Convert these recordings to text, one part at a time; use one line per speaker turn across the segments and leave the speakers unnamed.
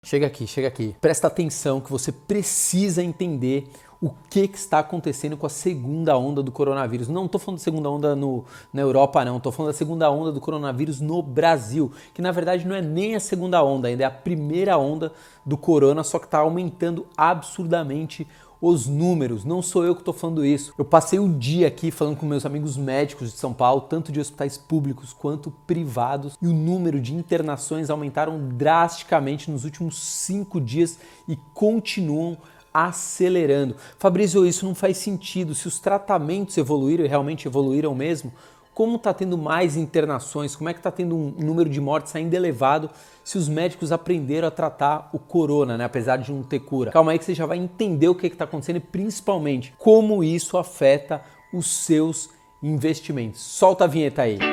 Chega aqui. Presta atenção que você precisa entender o que está acontecendo com a segunda onda do coronavírus. Não estou falando da segunda onda na Europa, não. Estou falando da segunda onda do coronavírus no Brasil, que na verdade não é nem a segunda onda, ainda é a primeira onda do corona, só que está aumentando absurdamente os números. Não sou eu que estou falando isso. Eu passei o dia aqui falando com meus amigos médicos de São Paulo, tanto de hospitais públicos quanto privados, e o número de internações aumentaram drasticamente nos últimos 5 dias e continuam acelerando. Fabrício, isso não faz sentido. Se os tratamentos evoluíram e realmente evoluíram mesmo, como está tendo mais internações? Como é que está tendo um número de mortes ainda elevado se os médicos aprenderam a tratar o corona, né? Apesar de não ter cura? Calma aí que você já vai entender o que está acontecendo e principalmente como isso afeta os seus investimentos. Solta a vinheta aí.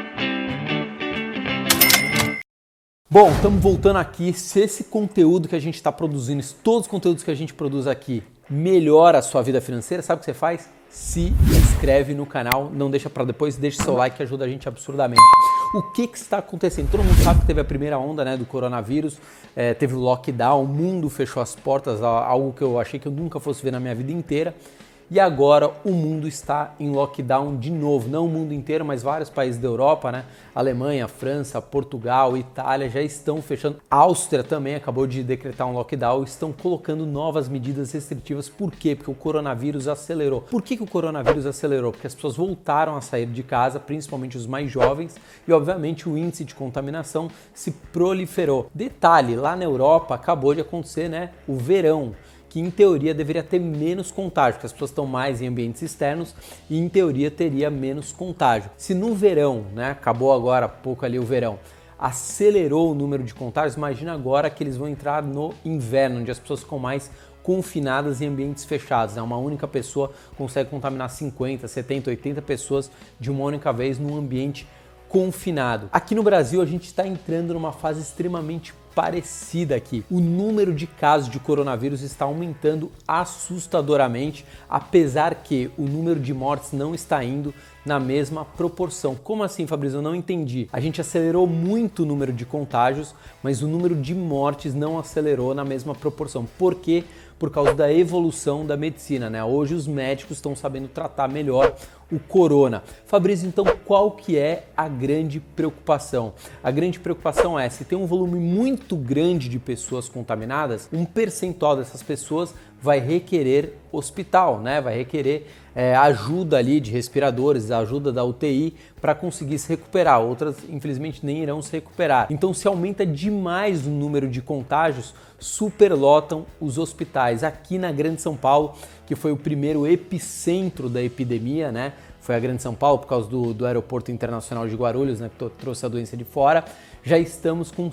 Bom, estamos voltando aqui. Se esse conteúdo que a gente está produzindo, se todos os conteúdos que a gente produz aqui melhora a sua vida financeira, sabe o que você faz? Se inscreve no canal, não deixa para depois, deixa seu like que ajuda a gente absurdamente. O que está acontecendo? Todo mundo sabe que teve a primeira onda, né, do coronavírus, teve o lockdown, o mundo fechou as portas, algo que eu achei que eu nunca fosse ver na minha vida inteira. E agora o mundo está em lockdown de novo, não o mundo inteiro, mas vários países da Europa, né? Alemanha, França, Portugal, Itália já estão fechando. A Áustria também acabou de decretar um lockdown, estão colocando novas medidas restritivas. Por quê? Porque o coronavírus acelerou. Por que o coronavírus acelerou? Porque as pessoas voltaram a sair de casa, principalmente os mais jovens, e obviamente o índice de contaminação se proliferou. Detalhe, lá na Europa acabou de acontecer, né, o verão, que em teoria deveria ter menos contágio, porque as pessoas estão mais em ambientes externos e em teoria teria menos contágio. Se no verão, né, acabou agora há pouco ali o verão, acelerou o número de contágios, imagina agora que eles vão entrar no inverno, onde as pessoas ficam mais confinadas em ambientes fechados, né? Uma única pessoa consegue contaminar 50, 70, 80 pessoas de uma única vez num ambiente confinado. Aqui no Brasil a gente está entrando numa fase extremamente parecida aqui. O número de casos de coronavírus está aumentando assustadoramente, apesar que o número de mortes não está indo na mesma proporção. Como assim, Fabrício? Eu não entendi. A gente acelerou muito o número de contágios, mas o número de mortes não acelerou na mesma proporção. Por quê? Por causa da evolução da medicina, né? Hoje os médicos estão sabendo tratar melhor o corona. Fabrício, então qual que é a grande preocupação? A grande preocupação é, se tem um volume muito grande de pessoas contaminadas, um percentual dessas pessoas vai requerer hospital, né? Vai requerer ajuda ali de respiradores, ajuda da UTI para conseguir se recuperar. Outras, infelizmente, nem irão se recuperar. Então, se aumenta demais o número de contágios, superlotam os hospitais. Aqui na Grande São Paulo, que foi o primeiro epicentro da epidemia, né? Foi a Grande São Paulo por causa do Aeroporto Internacional de Guarulhos, né? Que trouxe a doença de fora. Já estamos com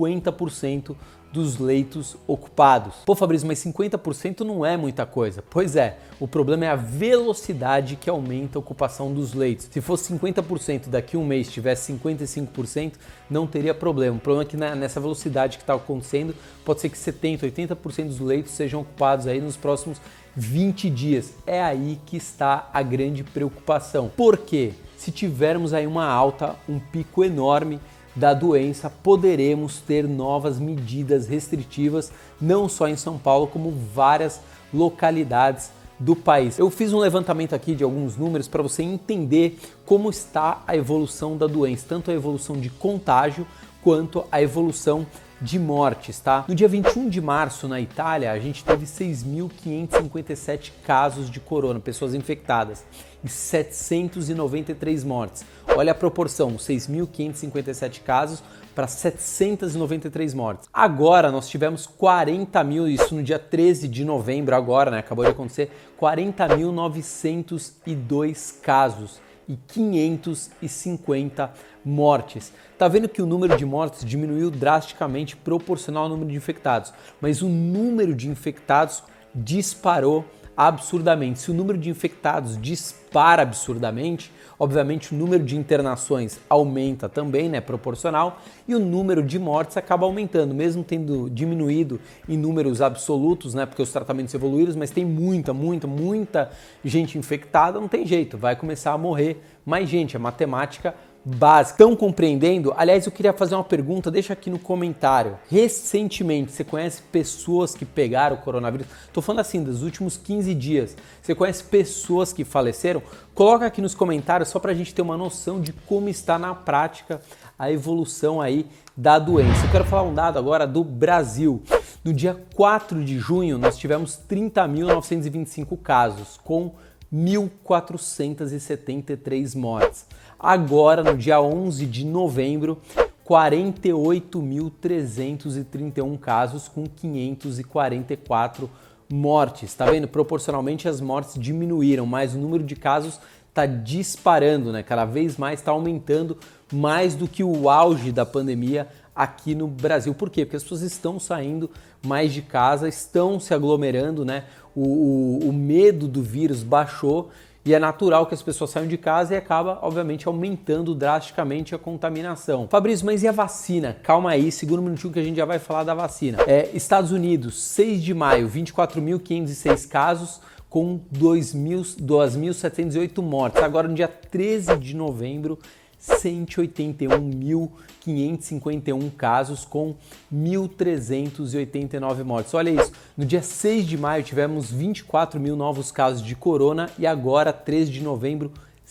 50% dos leitos ocupados. Pô, Fabrício, mas 50% não é muita coisa. Pois é, o problema é a velocidade que aumenta a ocupação dos leitos. Se fosse 50%, daqui a um mês tivesse 55%, não teria problema. O problema é que nessa velocidade que está acontecendo, pode ser que 70%, 80% dos leitos sejam ocupados aí nos próximos 20 dias. É aí que está a grande preocupação. Por quê? Se tivermos aí uma alta, um pico enorme da doença, poderemos ter novas medidas restritivas, não só em São Paulo, como várias localidades do país. Eu fiz um levantamento aqui de alguns números para você entender como está a evolução da doença, tanto a evolução de contágio quanto a evolução de mortes, tá? No dia 21 de março, na Itália, a gente teve 6.557 casos de corona, pessoas infectadas, e 793 mortes. Olha a proporção, 6.557 casos para 793 mortes. Agora nós tivemos 40 mil, isso no dia 13 de novembro agora, né? Acabou de acontecer, 40.902 casos e 550 mortes. Tá vendo que o número de mortes diminuiu drasticamente proporcional ao número de infectados, mas o número de infectados disparou absurdamente. Se o número de infectados dispara absurdamente, obviamente o número de internações aumenta também, né, proporcional, e o número de mortes acaba aumentando, mesmo tendo diminuído em números absolutos, né, porque os tratamentos evoluíram, mas tem muita gente infectada, não tem jeito, vai começar a morrer mais gente, a matemática básicas. Estão compreendendo? Aliás, eu queria fazer uma pergunta, deixa aqui no comentário. Recentemente, você conhece pessoas que pegaram o coronavírus? Tô falando assim, dos últimos 15 dias. Você conhece pessoas que faleceram? Coloca aqui nos comentários só pra gente ter uma noção de como está na prática a evolução aí da doença. Eu quero falar um dado agora do Brasil. No dia 4 de junho, nós tivemos 30.925 casos, com 1.473 mortes. Agora, no dia 11 de novembro, 48.331 casos com 544 mortes. Tá vendo? Proporcionalmente as mortes diminuíram, mas o número de casos está disparando, né? Cada vez mais está aumentando, mais do que o auge da pandemia aqui no Brasil. Por quê? Porque as pessoas estão saindo mais de casa, estão se aglomerando, né? O medo do vírus baixou e é natural que as pessoas saiam de casa e acaba, obviamente, aumentando drasticamente a contaminação. Fabrício, mas e a vacina? Calma aí, segura um minutinho que a gente já vai falar da vacina. Estados Unidos, 6 de maio, 24.506 casos com 2.708 mortes. Agora, no dia 13 de novembro, 181.551 casos com 1.389 mortes. Olha isso, no dia 6 de maio tivemos 24 mil novos casos de corona e agora, 13 de novembro,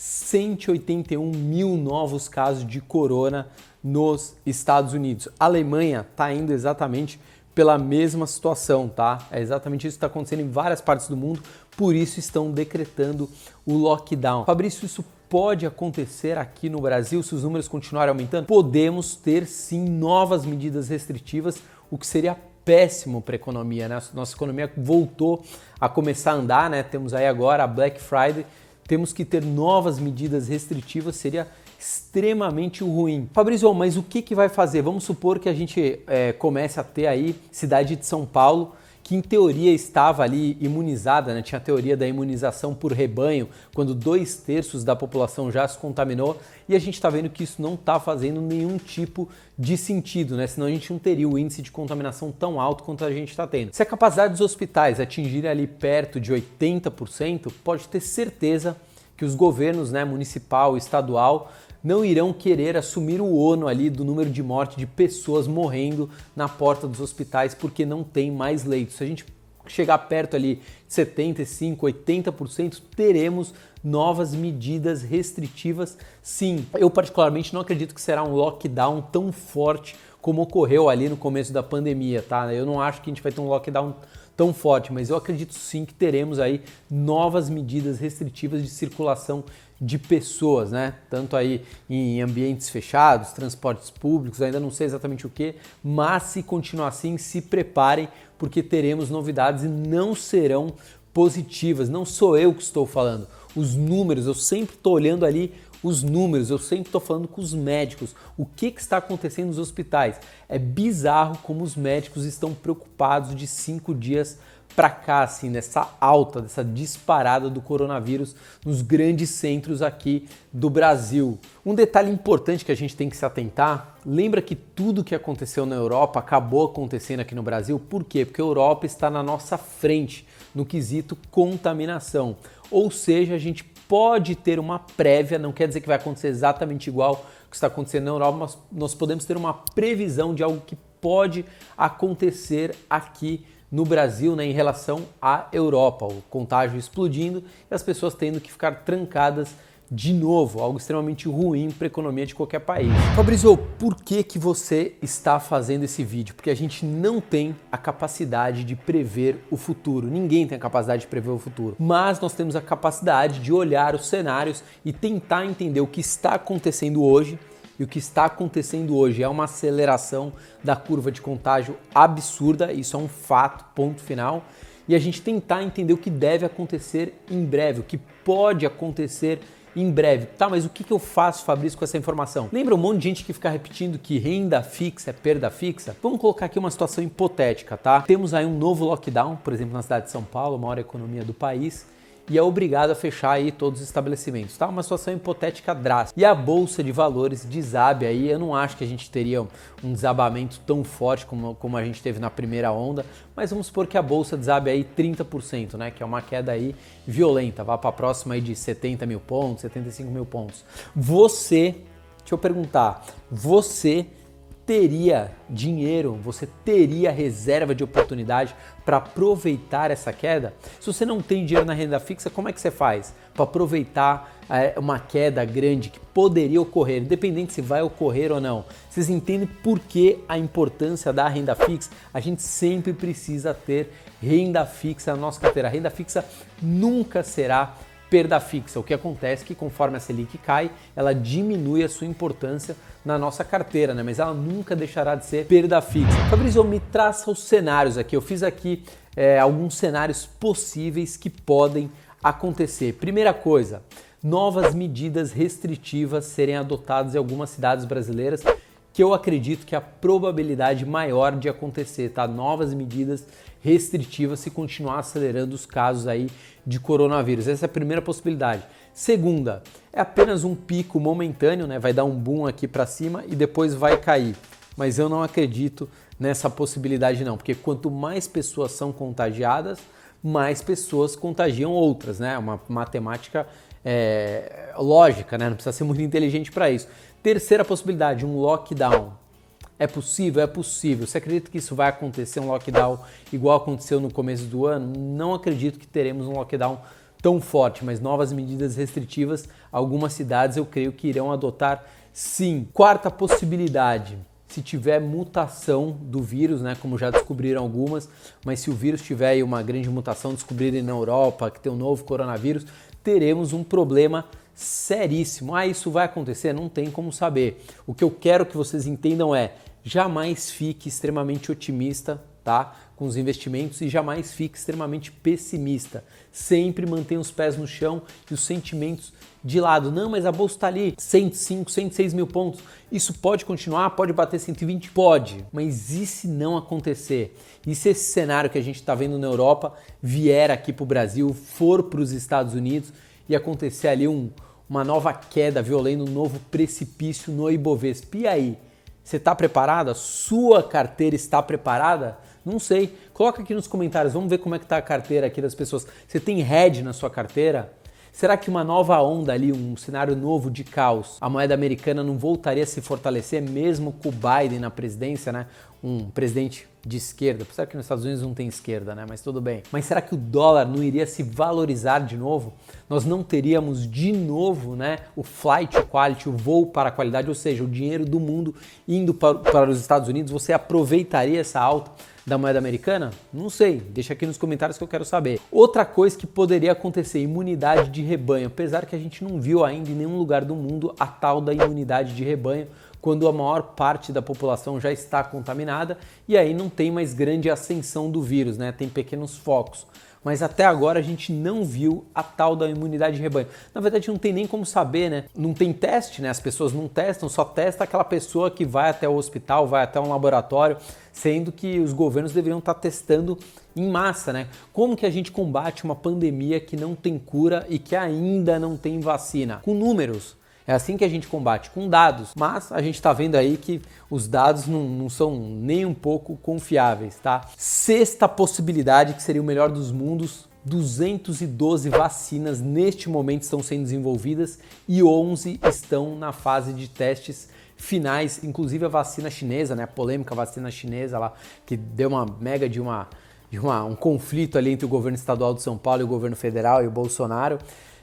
181 mil novos casos de corona nos Estados Unidos. A Alemanha está indo exatamente pela mesma situação, tá? É exatamente isso que está acontecendo em várias partes do mundo, por isso estão decretando o lockdown. Fabrício, isso pode acontecer aqui no Brasil se os números continuarem aumentando? Podemos ter sim novas medidas restritivas, o que seria péssimo para a economia, né? Nossa economia voltou a começar a andar, né? Temos aí agora a Black Friday, temos que ter novas medidas restritivas, seria extremamente ruim. Fabrício, mas o que vai fazer? Vamos supor que a gente comece a ter aí cidade de São Paulo, que em teoria estava ali imunizada, né? Tinha a teoria da imunização por rebanho, quando 2/3 da população já se contaminou, e a gente está vendo que isso não está fazendo nenhum tipo de sentido, né? Senão a gente não teria o índice de contaminação tão alto quanto a gente está tendo. Se a capacidade dos hospitais atingir ali perto de 80%, pode ter certeza que os governos, né, municipal e estadual, não irão querer assumir o ônus ali do número de morte de pessoas morrendo na porta dos hospitais porque não tem mais leitos. Se a gente chegar perto ali de 75%, 80%, teremos novas medidas restritivas. Sim, eu particularmente não acredito que será um lockdown tão forte como ocorreu ali no começo da pandemia, tá? Eu não acho que a gente vai ter um lockdown tão forte, mas eu acredito sim que teremos aí novas medidas restritivas de circulação de pessoas, né? Tanto aí em ambientes fechados, transportes públicos, ainda não sei exatamente o que, mas se continuar assim, se preparem, porque teremos novidades e não serão positivas. Não sou eu que estou falando, os números, eu sempre estou olhando ali os números, eu sempre estou falando com os médicos, o que está acontecendo nos hospitais. É bizarro como os médicos estão preocupados de 5 dias para cá, assim, nessa alta, dessa disparada do coronavírus nos grandes centros aqui do Brasil. Um detalhe importante que a gente tem que se atentar, lembra que tudo que aconteceu na Europa acabou acontecendo aqui no Brasil? Por quê? Porque a Europa está na nossa frente no quesito contaminação, ou seja, a gente pode ter uma prévia, não quer dizer que vai acontecer exatamente igual o que está acontecendo na Europa, mas nós podemos ter uma previsão de algo que pode acontecer aqui no Brasil, né, em relação à Europa, o contágio explodindo e as pessoas tendo que ficar trancadas de novo, algo extremamente ruim para a economia de qualquer país. Fabrício, por que você está fazendo esse vídeo? Porque a gente não tem a capacidade de prever o futuro, ninguém tem a capacidade de prever o futuro, mas nós temos a capacidade de olhar os cenários e tentar entender o que está acontecendo hoje. E o que está acontecendo hoje é uma aceleração da curva de contágio absurda, isso é um fato, ponto final. E a gente tentar entender o que deve acontecer em breve, o que pode acontecer em breve. Tá, mas o que eu faço, Fabrício, com essa informação? Lembra um monte de gente que fica repetindo que renda fixa é perda fixa? Vamos colocar aqui uma situação hipotética, tá? Temos aí um novo lockdown, por exemplo, na cidade de São Paulo, a maior economia do país, e é obrigado a fechar aí todos os estabelecimentos, tá? Uma situação hipotética drástica. E a Bolsa de Valores desabe aí, eu não acho que a gente teria um desabamento tão forte como a gente teve na primeira onda, mas vamos supor que a Bolsa desabe aí 30%, né? Que é uma queda aí violenta, vá para a próxima aí de 70 mil pontos, 75 mil pontos. Você Deixa eu perguntar, você teria dinheiro, você teria reserva de oportunidade para aproveitar essa queda? Se você não tem dinheiro na renda fixa, como é que você faz para aproveitar uma queda grande que poderia ocorrer, independente se vai ocorrer ou não? Vocês entendem por que a importância da renda fixa? A gente sempre precisa ter renda fixa na nossa carteira. A renda fixa nunca será perda fixa. O que acontece é que conforme a Selic cai, ela diminui a sua importância na nossa carteira, né? Mas ela nunca deixará de ser perda fixa. Fabrício, me traça os cenários aqui. Eu fiz aqui alguns cenários possíveis que podem acontecer. Primeira coisa, novas medidas restritivas serem adotadas em algumas cidades brasileiras, que eu acredito que a probabilidade maior de acontecer, tá? Novas medidas restritivas se continuar acelerando os casos aí de coronavírus. Essa é a primeira possibilidade. Segunda, é apenas um pico momentâneo, né? Vai dar um boom aqui para cima e depois vai cair. Mas eu não acredito nessa possibilidade não, porque quanto mais pessoas são contagiadas, mais pessoas contagiam outras, né? Uma matemática lógica, né? Não precisa ser muito inteligente para isso. Terceira possibilidade, um lockdown. É possível? É possível. Você acredita que isso vai acontecer, um lockdown igual aconteceu no começo do ano? Não acredito que teremos um lockdown tão forte, mas novas medidas restritivas, algumas cidades eu creio que irão adotar sim. Quarta possibilidade, se tiver mutação do vírus, né, como já descobriram algumas, mas se o vírus tiver aí uma grande mutação, descobrirem na Europa que tem um novo coronavírus, teremos um problema seríssimo. Isso vai acontecer? Não tem como saber. O que eu quero que vocês entendam é, jamais fique extremamente otimista, tá, com os investimentos e jamais fique extremamente pessimista. Sempre mantenha os pés no chão e os sentimentos de lado. Não, mas a bolsa está ali, 105, 106 mil pontos. Isso pode continuar? Pode bater 120? Pode. Mas e se não acontecer? E se esse cenário que a gente está vendo na Europa vier aqui para o Brasil, for para os Estados Unidos e acontecer ali uma nova queda violenta, um novo precipício no Ibovespa? E aí? Você está preparado? A sua carteira está preparada? Não sei. Coloca aqui nos comentários, vamos ver como é que está a carteira aqui das pessoas. Você tem hedge na sua carteira? Será que uma nova onda ali, um cenário novo de caos, a moeda americana não voltaria a se fortalecer mesmo com o Biden na presidência, né? Um presidente de esquerda, apesar que nos Estados Unidos não tem esquerda, né? Mas tudo bem. Mas será que o dólar não iria se valorizar de novo? Nós não teríamos de novo, né, o flight to quality, o voo para a qualidade, ou seja, o dinheiro do mundo indo para os Estados Unidos? Você aproveitaria essa alta da moeda americana? Não sei, deixa aqui nos comentários que eu quero saber. Outra coisa que poderia acontecer, imunidade de rebanho, apesar que a gente não viu ainda em nenhum lugar do mundo a tal da imunidade de rebanho, quando a maior parte da população já está contaminada e aí não tem mais grande ascensão do vírus, né? Tem pequenos focos. Mas até agora a gente não viu a tal da imunidade de rebanho. Na verdade não tem nem como saber, né? Não tem teste, né? As pessoas não testam, só testa aquela pessoa que vai até o hospital, vai até um laboratório, sendo que os governos deveriam estar testando em massa, né? Como que a gente combate uma pandemia que não tem cura e que ainda não tem vacina? Com números. É assim que a gente combate, com dados. Mas a gente está vendo aí que os dados não são nem um pouco confiáveis, tá? Sexta possibilidade, que seria o melhor dos mundos, 212 vacinas neste momento estão sendo desenvolvidas e 11 estão na fase de testes finais, inclusive a vacina chinesa, né? A polêmica vacina chinesa lá, que deu uma mega de um conflito ali entre o governo estadual de São Paulo e o governo federal e o Bolsonaro.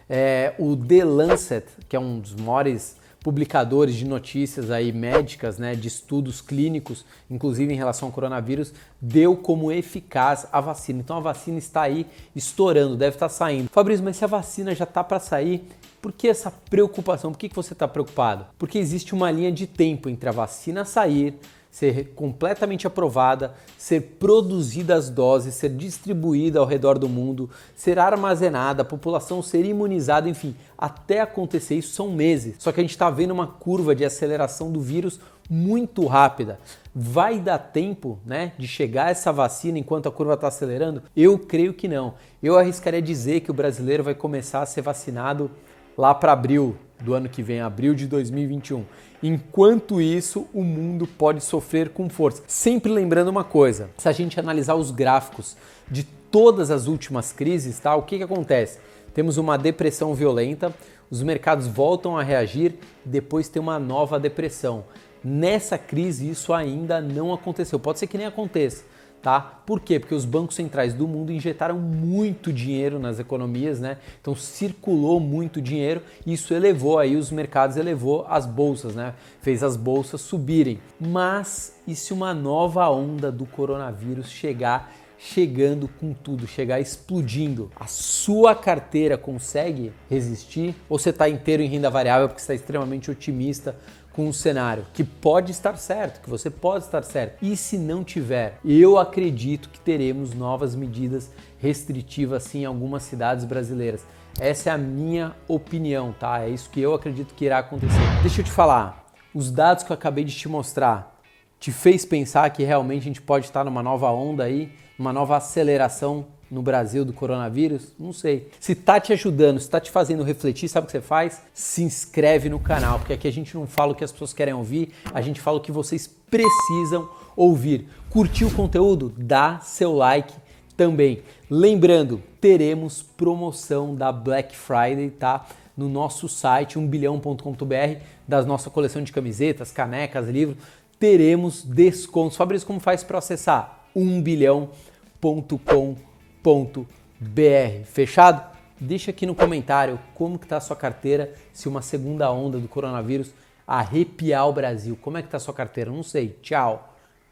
O The Lancet, que é um dos maiores publicadores de notícias aí médicas, né, de estudos clínicos, inclusive em relação ao coronavírus, deu como eficaz a vacina. Então a vacina está aí estourando, deve estar saindo. Fabrício, mas se a vacina já está para sair, por que essa preocupação? Por que você está preocupado? Porque existe uma linha de tempo entre a vacina sair, ser completamente aprovada, ser produzida as doses, ser distribuída ao redor do mundo, ser armazenada, a população ser imunizada, enfim, até acontecer isso são meses. Só que a gente está vendo uma curva de aceleração do vírus muito rápida. Vai dar tempo, né, de chegar essa vacina enquanto a curva está acelerando? Eu creio que não. Eu arriscaria dizer que o brasileiro vai começar a ser vacinado lá para abril do ano que vem, abril de 2021. Enquanto isso, o mundo pode sofrer com força. Sempre lembrando uma coisa, se a gente analisar os gráficos de todas as últimas crises, tá, o que acontece? Temos uma depressão violenta, os mercados voltam a reagir e depois tem uma nova depressão. Nessa crise isso ainda não aconteceu, pode ser que nem aconteça, tá? Por quê? Porque os bancos centrais do mundo injetaram muito dinheiro nas economias, né? Então circulou muito dinheiro e isso elevou aí os mercados, elevou as bolsas, né? Fez as bolsas subirem. Mas e se uma nova onda do coronavírus chegando com tudo, chegar explodindo? A sua carteira consegue resistir? Ou você está inteiro em renda variável porque você está extremamente otimista com o cenário, que pode estar certo, que você pode estar certo? E se não tiver? Eu acredito que teremos novas medidas restritivas sim em algumas cidades brasileiras. Essa é a minha opinião, tá? É isso que eu acredito que irá acontecer. Deixa eu te falar, os dados que eu acabei de te mostrar te fez pensar que realmente a gente pode estar numa nova onda aí, uma nova aceleração no Brasil do coronavírus? Não sei. Se tá te ajudando, se tá te fazendo refletir, sabe o que você faz? Se inscreve no canal, porque aqui a gente não fala o que as pessoas querem ouvir, a gente fala o que vocês precisam ouvir. Curtiu o conteúdo? Dá seu like também. Lembrando, teremos promoção da Black Friday, tá? No nosso site, 1bilhão.com.br, da nossa coleção de camisetas, canecas, livros, teremos descontos. Fabrício, como faz para acessar? 1bilhão.com.br. Fechado? Deixa aqui no comentário como que tá a sua carteira, se uma segunda onda do coronavírus arrepiar o Brasil. Como é que tá a sua carteira? Não sei. Tchau.